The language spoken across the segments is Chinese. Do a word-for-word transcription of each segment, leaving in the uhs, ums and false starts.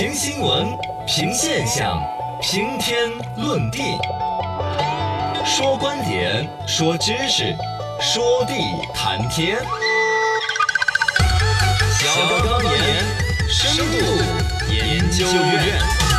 评新闻，评现象，评天论地，说观点，说知识，说地谈天。小刚言，深度研究院。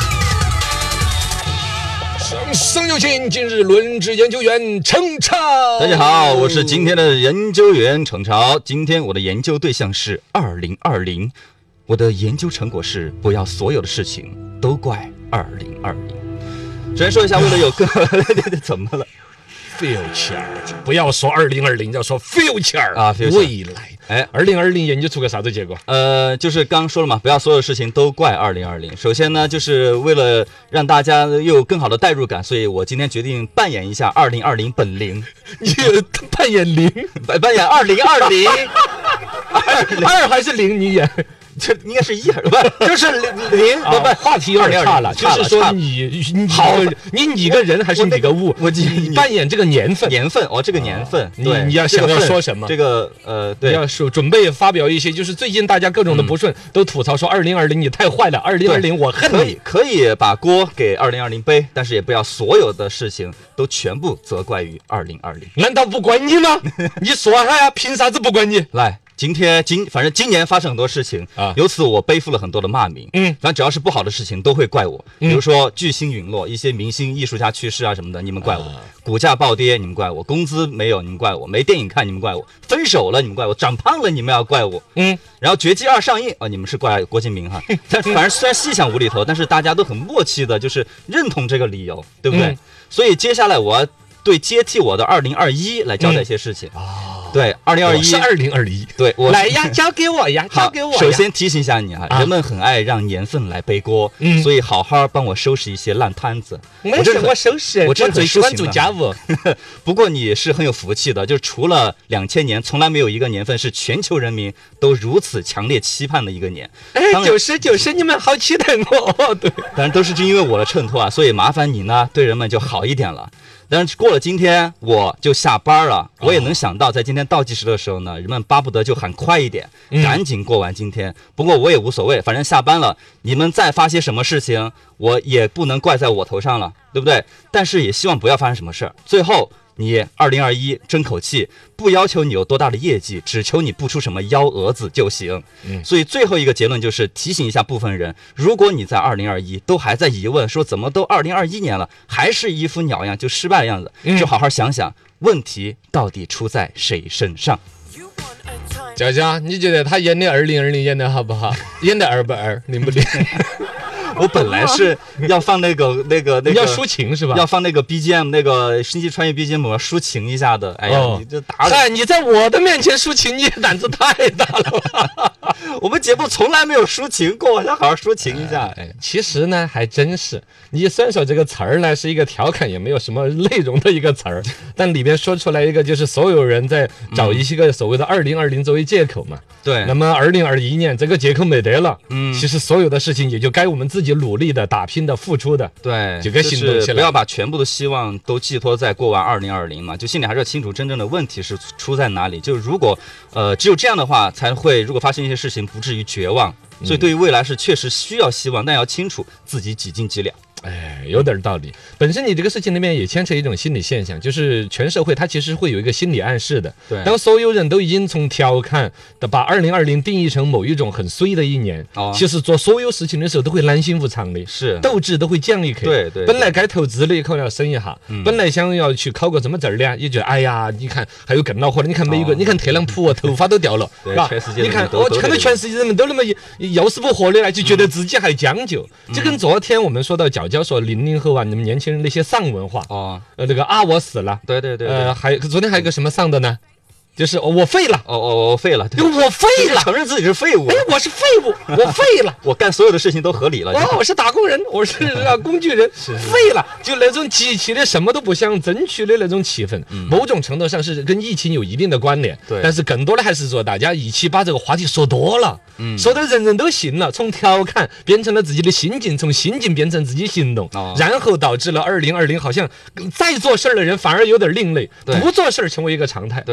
掌声有请今日轮值研究员程超。 大家好，我是今天的研究员程超。今天我的研究对象是二零二零，我的研究成果是不要所有的事情都怪二零二零。首先说一下，为了有更怎么了 future， 不要说二零二零，要说 future 啊 future 未来。哎，二零二零研究出个啥子结果？ 呃，就是刚说了嘛，不要所有事情都怪二零二零。首先呢，就是为了让大家又有更好的代入感，所以我今天决定扮演一下二零二零本零。 你扮演零， 扮演二零二零， 二还是零？你演？ 这应该是一，不就是零？不不， 话题有点差了，就是说你你好，你你个人还是你个物？ 我你扮演这个年份， 年份哦，这个年份，对， 你要想要说什么？ 这个呃，对， 你要说准备发表一些，就是最近大家各种的不顺，都吐槽说二零二零你太坏了，二零二零我恨你。 可以可以把锅给二零二零背，但是也不要所有的事情都全部责怪于二零二零。 难道不怪你吗？你说下呀，凭啥子不怪你？ 来。今天今反正今年发生很多事情啊，由此我背负了很多的骂名。嗯，反正只要是不好的事情都会怪我。比如说巨星陨落，一些明星艺术家去世啊什么的，你们怪我；股价暴跌，你们怪我；工资没有，你们怪我；没电影看，你们怪我；分手了，你们怪我；长胖了，你们要怪我。嗯，然后《绝技二》上映啊、哦，你们是怪郭敬明哈。但反正虽然细想无厘头，但是大家都很默契的，就是认同这个理由，对不对？嗯、所以接下来我要对接替我的二零二一来交代一些事情啊。嗯对，二零二一是二零二一， 对，我来呀，交给我呀，交给我呀。 首先提醒一下你哈、啊，人们很爱让年份来背锅，嗯，所以好好帮我收拾一些烂摊子。 没事，我收拾， 我最喜欢做家务。 不过你是很有福气的，就是除了两千年，从来没有一个年份是全球人民都如此强烈期盼的一个年。 哎，就是就是，你们好期待我。对， 当然都是因为我的衬托啊，所以麻烦你呢，对人们就好一点了。但是过了今天我就下班了，我也能想到在今天倒计时的时候呢，人们巴不得就喊快一点，赶紧过完今天。不过我也无所谓，反正下班了，你们再发些什么事情，我也不能怪在我头上了，对不对？但是也希望不要发生什么事儿。最后你二零二一争口气，不要求你有多大的业绩，只求你不出什么幺蛾子就行。嗯，所以最后一个结论就是提醒一下部分人，如果你在二零二一都还在疑问说怎么都二零二一年了，还是一副鸟样就失败的样子，嗯、就好好想想问题到底出在谁身上。 佳佳，你觉得他演的二零二零演的好不好？演的二不二，灵不灵？ 我本来是要放那个那个那个， 要抒情是吧？ 要放那个 B G M， 那个星际穿越 B G M， 我要抒情一下的。哎呀，哦、你这打了！你在我的面前抒情，你胆子太大了吧？ 我们节目从来没有抒情过，我想好好抒情一下。 哎，其实呢，还真是。你虽然说这个词儿呢是一个调侃，也没有什么内容的一个词儿，但里边说出来一个就是所有人在找一些个所谓的二零二零作为借口嘛。 对。 那么二零二一年这个借口没得了，嗯，其实所有的事情也就该我们自己努力的、打拼的、付出的， 对， 就该行动起来。 就是不要把全部的希望都寄托在过完二零二零嘛，就心里还是要清楚真正的问题是出在哪里。就如果呃只有这样的话，才会如果发生一些事情不至于绝望。所以对于未来是确实需要希望，但要清楚自己几斤几两。 哎，有点道理。本身你这个事情里面也牵扯一种心理现象，就是全社会它其实会有一个心理暗示的。 对， 当所有人都已经从调侃的把二零二零定义成某一种很衰的一年，哦、其实做所有事情的时候都会蓝心无常的， 是斗志都会降一克。 对 对, 对， 本来该投资的可能要省一下，嗯、本来想要去考个这么证的，也觉得哎呀，你看还有更恼火的，你看美国，哦、你看特朗普头发都掉了， 是吧？ 你看我看到全世界人们都那么要死不活的来，就觉得自己还将就。嗯、就跟昨天我们说到角角说零零后。你们年轻人那些丧文化哦，呃，那个啊，我死了， 对对 对, 对， 呃，还昨天还有个什么丧的呢？就是哦，我废了， 哦哦，我废了， 我废了， 承认自己是废物， 哎，我是废物，我废了， 我干所有的事情都合理了， 哦，我是打工人，我是工具人，废了，就那种极其的什么都不想争取的那种气氛，嗯、某种程度上是跟疫情有一定的关联， 对， 但是更多的还是说大家一起把这个话题说多了，嗯，说的人人都信了，从调侃变成了自己的心境，从心境变成自己行动，哦、然后导致了二零二零好像在做事儿的人反而有点另类，不做事儿成为一个常态， 对 对, 对， 那么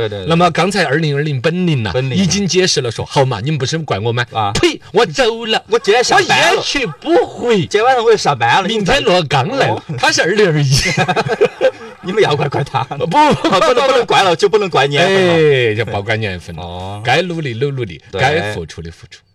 把刚才二零二零本领呐、 本领已经解释了说，好嘛，你们不是怪我吗？ 啊呸，我走了， 我今天下我班了一去不回。 今天晚上我就下班了， 明天罗刚来了，他是二零二一， 你们要怪怪他， 不不能不能怪了，就不能怪年份了。 哎，就不怪年份了。 哦， 该努力努努力， 对该付出的付出。